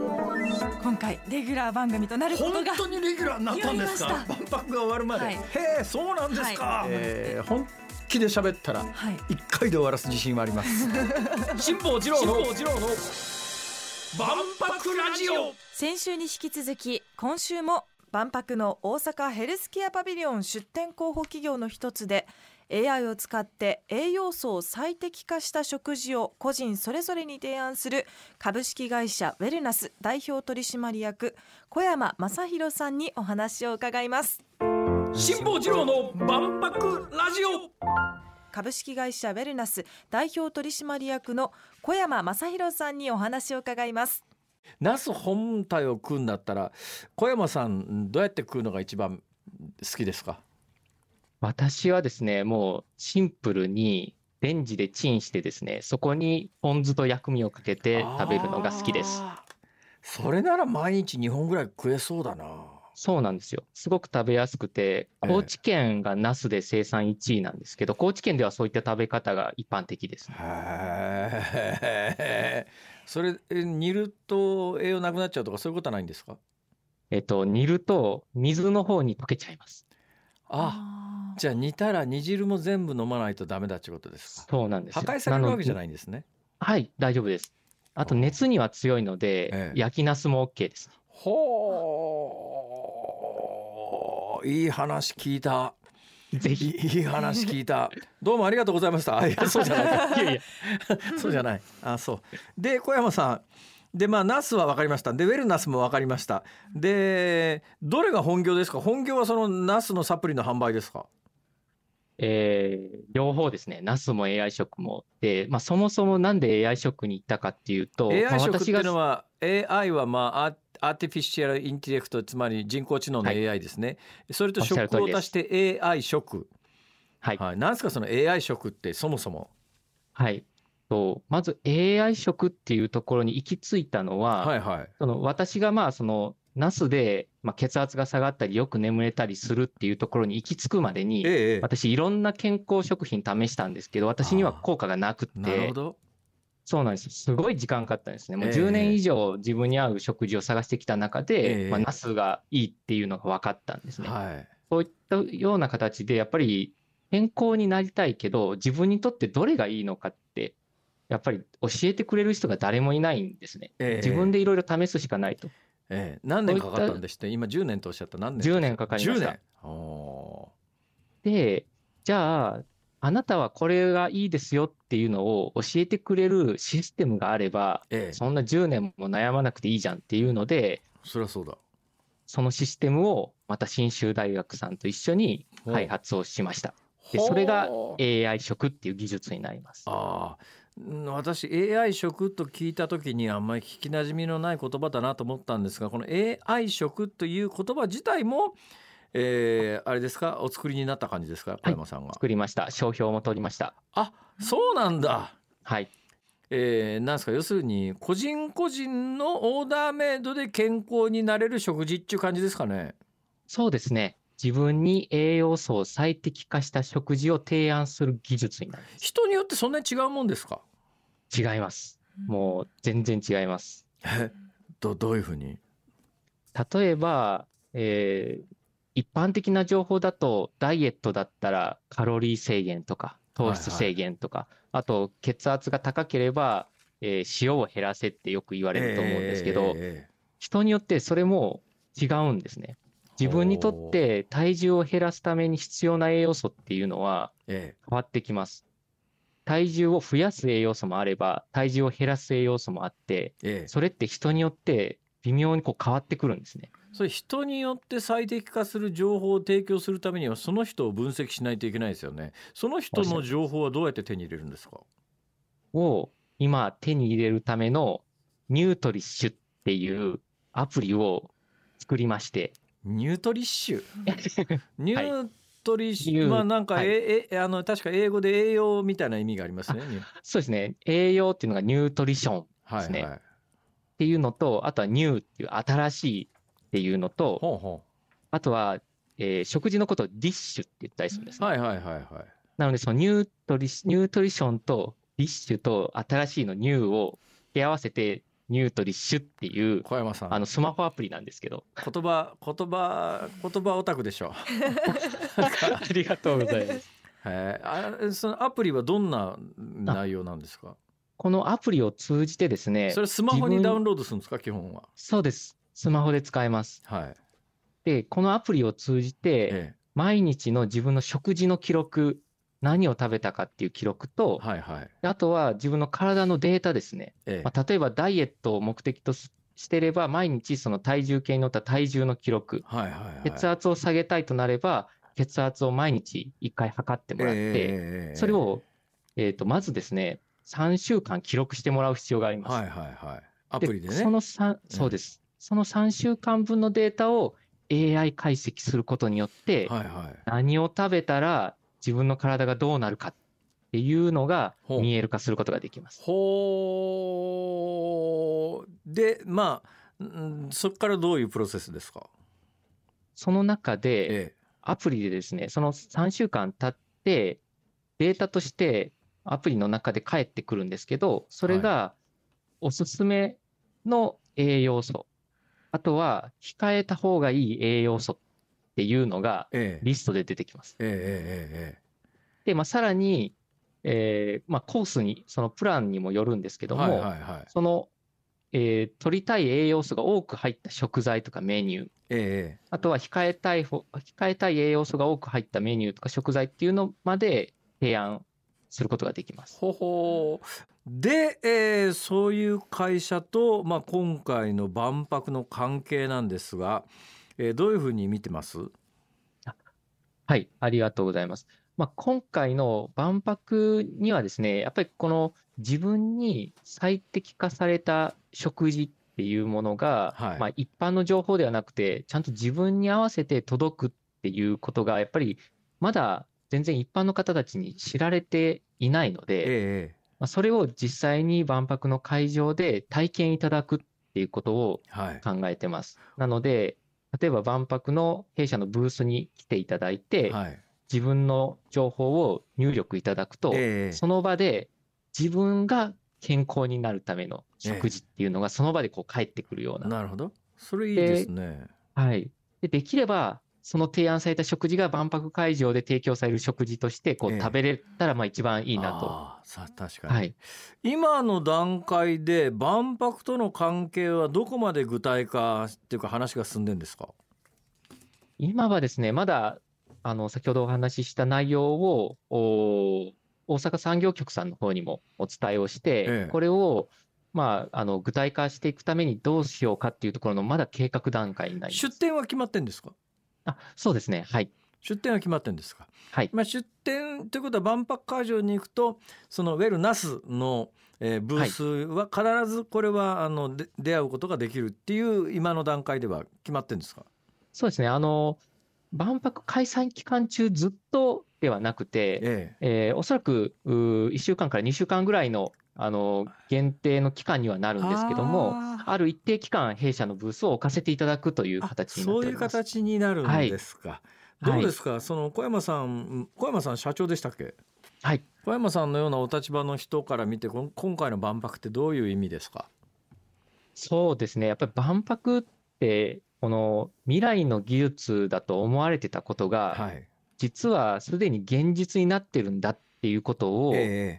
今回レギュラー番組となることが本当にレギュラーになったんですか？ 決まりま万博が終わるまで、 はいへえそうなんですか、本気で喋ったらはい 1回で終わらす自信はあります辛坊治郎の万博ラジオ。 先週に引き続き今週も万博の大阪ヘルスケアパビリオン出展候補企業の一つで AI を使って栄養素を最適化した食事を個人それぞれに提案する株式会社ウェルナス代表取締役小山正弘さんにお話を伺います。 辛坊治郎の万博ラジオ。 株式会社ウェルナス代表取締役の小山正弘さんにお話を伺います。 ナス本体を食うんだったら小山さんどうやって食うのが一番好きですか？ 私はですね、もうシンプルにレンジでチンしてですね、そこにポン酢と薬味をかけて食べるのが好きです。 それなら毎日2本ぐらい食えそうだな。 そうなんですよ。すごく食べやすくて、高知県がナスで生産1位なんですけど、高知県ではそういった食べ方が一般的ですね。 へー。それ煮ると栄養なくなっちゃうとかそういうことはないんですか？ 煮ると水の方に溶けちゃいます。 じゃあ煮たら煮汁も全部飲まないとダメだってことですか？ そうなんですよ。 破壊されるわけじゃないんですね。 はい、大丈夫です。あと熱には強いので、焼きナスも OK です。 ほー、いい話聞いた。 ぜひいい話聞いた。どうもありがとうございました。いやそうじゃないか。 いやいやそうじゃない。そうで小山さんでナスは分かりました。でウェルナスも分かりました。でどれが本業ですか？本業はそのナスのサプリの販売ですか？ 両方ですね。ナスも AI 食もで、そもそもなんで AI 食に行ったかっていうと、 AI 食っていうのは AI はアーティフィシャルインテレクト、つまり人工知能の AI ですね、それと食を足して AI 食、はい、なんですかその AI 食ってそもそも。 はいまず AI 食っていうところに行き着いたのは、その私がそのナスで血圧が下がったりよく眠れたりするっていうところに行き着くまでに、私いろんな健康食品試したんですけど、私には効果がなくって。 なるほど。 そうなんです。すごい時間かかったんですね。もう10年以上自分に合う食事を探してきた中で、ナスがいいっていうのが分かったんですね。そういったような形でやっぱり健康になりたいけど自分にとってどれがいいのかってやっぱり教えてくれる人が誰もいないんですね。自分でいろいろ試すしかないと。 何年かかったんでして？今10年とおっしゃった。何年 ？10年かかりました。で、じゃああなたはこれがいいですよっていうのを教えてくれるシステムがあれば、そんな10年も悩まなくていいじゃんっていうので、 そりゃそうだ。 そのシステムをまた信州大学さんと一緒に開発をしました。でそれが AI 食っていう技術になります。 私 AI 食と聞いた時にあんまり聞きなじみのない言葉だなと思ったんですが、この AI 食という言葉自体もあれですか、お作りになった感じですか？小山さんが、 作りました。商標も取りました。 そうなんだ。 はい。 なんですか、要するに個人個人のオーダーメイドで健康になれる食事っていう感じですかね？ そうですね。自分に栄養素を最適化した食事を提案する技術になります。 人によってそんなに違うもんですか？ 違います。もう全然違います。 どういうふうに？ 例えば、一般的な情報だとダイエットだったらカロリー制限とか糖質制限とか、あと血圧が高ければ、塩を減らせってよく言われると思うんですけど、人によってそれも違うんですね。自分にとって体重を減らすために必要な栄養素っていうのは変わってきます。体重を増やす栄養素もあれば体重を減らす栄養素もあって、それって人によって微妙に変わってくるんですね。 それ人によって最適化する情報を提供するためにはその人を分析しないといけないですよね。その人の情報はどうやって手に入れるんですか？ を今手に入れるためのニュートリッシュっていうアプリを作りまして。 ニュートリッシュニュートリッシュ、なんか、確か英語で栄養みたいな意味がありますね。 そうですね。栄養っていうのがニュートリションですね。っていうのと、あとはニューっていう新しいっていうのと、あとは、食事のことをディッシュって言ったりするんですね。なのでそのニュートリションとディッシュと新しいのニューを掛け合わせてニュートリッシュっていう小山さん、 スマホアプリなんですけど。 言葉オタクでしょ。 ありがとうございます。 そのアプリはどんな内容なんですか？ このアプリを通じてですね、 それスマホにダウンロードするんですか、基本は。 そうです。スマホで使えます。 はい。 で、このアプリを通じて、毎日の自分の食事の記録、何を食べたかっていう記録と、 はいはい。 あとは自分の体のデータですね。例えばダイエットを目的としていれば、毎日その体重計に乗った体重の記録、 はいはいはい、 血圧を下げたいとなれば、血圧を毎日1回測ってもらって、それを、まずですね、3週間記録してもらう必要があります。 はいはいはい。アプリでね。 そうです。その3週間分のデータを AI 解析することによって、 はいはい、 何を食べたら自分の体がどうなるかっていうのが見える化することができます。 で、まあ、そこからどういうプロセスですか？ その中で、アプリでですね、その3週間経って、データとしてアプリの中で返ってくるんですけど、それがおすすめの栄養素、あとは控えた方がいい栄養素っていうのがリストで出てきます。で、さらに、コースに、そのプランにもよるんですけども、その、取りたい栄養素が多く入った食材とかメニュー、あとは控えたい栄養素が多く入ったメニューとか食材っていうのまで提案することができます。 で、そういう会社と、今回の万博の関係なんですが、どういうふうに見てます？ はい、ありがとうございます。今回の万博にはですね、やっぱりこの自分に最適化された食事っていうものが、一般の情報ではなくて、ちゃんと自分に合わせて届くっていうことが、やっぱりまだ全然一般の方たちに知られていないので、それを実際に万博の会場で体験いただくっていうことを考えてます。なので、例えば万博の弊社のブースに来ていただいて、自分の情報を入力いただくと、その場で自分が健康になるための食事っていうのがその場でこう返ってくるような。 なるほど。それいいですね。 はい。できれば、その提案された食事が万博会場で提供される食事としてこう食べれたら一番いいなと。 確かに、今の段階で万博との関係はどこまで具体化っていうか話が進んでるんですか？ 今はですね、まだ先ほどお話しした内容を大阪産業局さんの方にもお伝えをして、これを具体化していくためにどうしようかっていうところのまだ計画段階になります。 出店は決まってんですか？ そうですね。はい。 出店は決まってんですか？ はい。 出店ということは万博会場に行くとそのウェルナスの、ブースは必ずこれは出会うことができるっていう今の段階では決まってんですか？ そうですね。万博開催期間中ずっとではなくて、おそらく1週間から2週間ぐらいの限定の期間にはなるんですけども、ある一定期間弊社のブースを置かせていただくという形になっております。 そういう形になるんですか。どうですか、その小山さん社長でしたっけ？ はい。 小山さんのようなお立場の人から見て今回の万博ってどういう意味ですか？ そうですね。やっぱり万博ってこの未来の技術だと思われてたことが、実はすでに現実になってるんだっていうことを、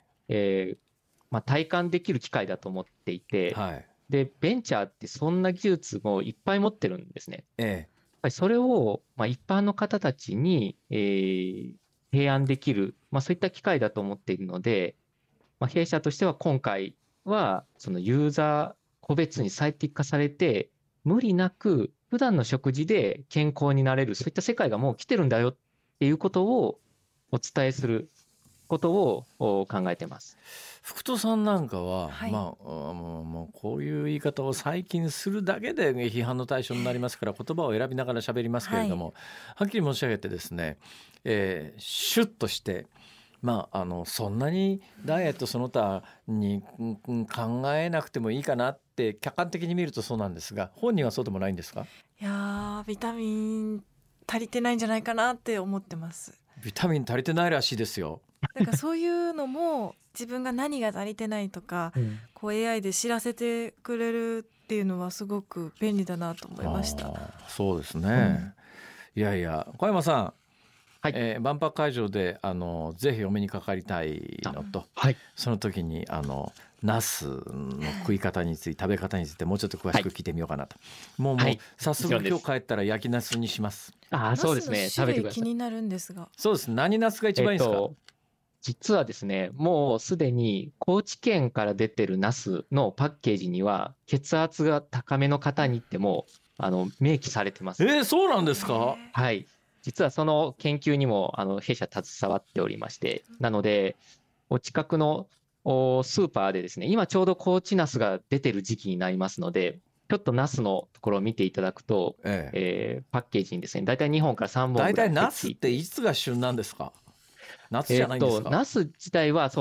体感できる機会だと思っていて、でベンチャーってそんな技術もいっぱい持ってるんですね。やっぱりそれを、一般の方たちに、提案できる、そういった機会だと思っているので、弊社としては今回はそのユーザー個別に最適化されて無理なく普段の食事で健康になれる、そういった世界がもう来てるんだよっていうことをお伝えすることを考えてます。 福戸さんなんかは、もうこういう言い方を最近するだけで批判の対象になりますから言葉を選びながら喋りますけれども、はっきり申し上げてですね、シュッとしてそんなにダイエットその他に考えなくてもいいかなって客観的に見るとそうなんですが、本人はそうでもないんですか？ いやビタミン足りてないんじゃないかなって思ってます。 ビタミン足りてないらしいですよ。 なんかそういうのも自分が何が足りてないとか、こう AI で知らせてくれるっていうのはすごく便利だなと思いました。 そうですね、いやいや小山さん、 はい、 万博会場でぜひお目にかかりたいのと、 はい、 その時にナスの食い方について食べ方についてもうちょっと詳しく聞いてみようかなと、もう早速今日帰ったら焼きナスにします。 そうですね、食べてください。 気になるんですが。 そうです。何ナスが一番いいですか？ 実はですね、もうすでに高知県から出てるナスのパッケージには血圧が高めの方にっても明記されてます。 そうなんですか？ はい。実はその研究にも弊社携わっておりまして、なのでお近くのスーパーでですね、今ちょうど高知ナスが出てる時期になりますので、ちょっとナスのところを見ていただくと、パッケージにですね、大体2本から3本ぐらい。 大体ナスっていつが旬なんですか？夏じゃないんですか？ ナス自体は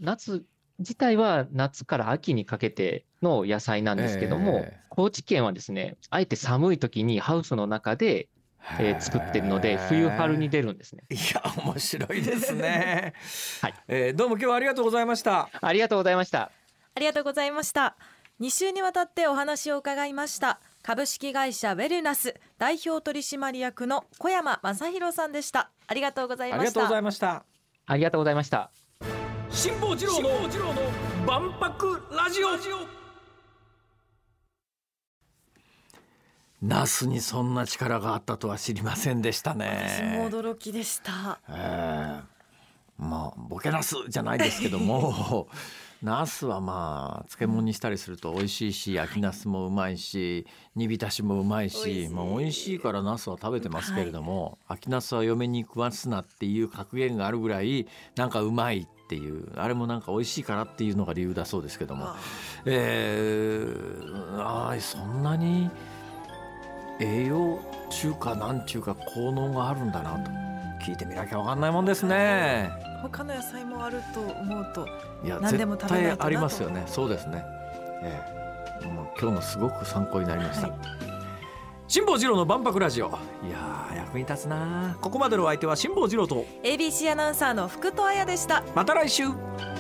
夏から秋にかけての野菜なんですけども、高知県はですね、あえて寒い時にハウスの中で作ってるので、冬春に出るんですね。 いや面白いですね。 はい、 どうも今日はありがとうございました。 ありがとうございました。 ありがとうございました。2週にわたってお話を伺いました株式会社ウェルナス代表取締役の小山正弘さんでした。ありがとうございました。 ありがとうございました。 ありがとうございました。 辛坊治郎の万博ラジオ。ナスにそんな力があったとは知りませんでしたね。 私も驚きでした。 まあボケナスじゃないですけどもナスはまあ漬物にしたりすると美味しいし、焼きナスもうまいし、煮浸しもうまいし、まあ美味しいからナスは食べてますけれども、秋ナスは嫁に食わすなっていう格言があるぐらいなんかうまいっていう、あれもなんか美味しいからっていうのが理由だそうですけども、そんなに栄養中華なんちゅうか効能があるんだなと聞いてみなきゃ分かんないもんですね。 他の野菜もあると思うと、 いや何でも食べないとなと。 絶対ありますよね。そうですね、もう今日のすごく参考になりました。辛坊治郎の万博ラジオ、いや役に立つな。ここまでのお相手は辛坊治郎と ABC アナウンサーの福戸彩でした。 また来週。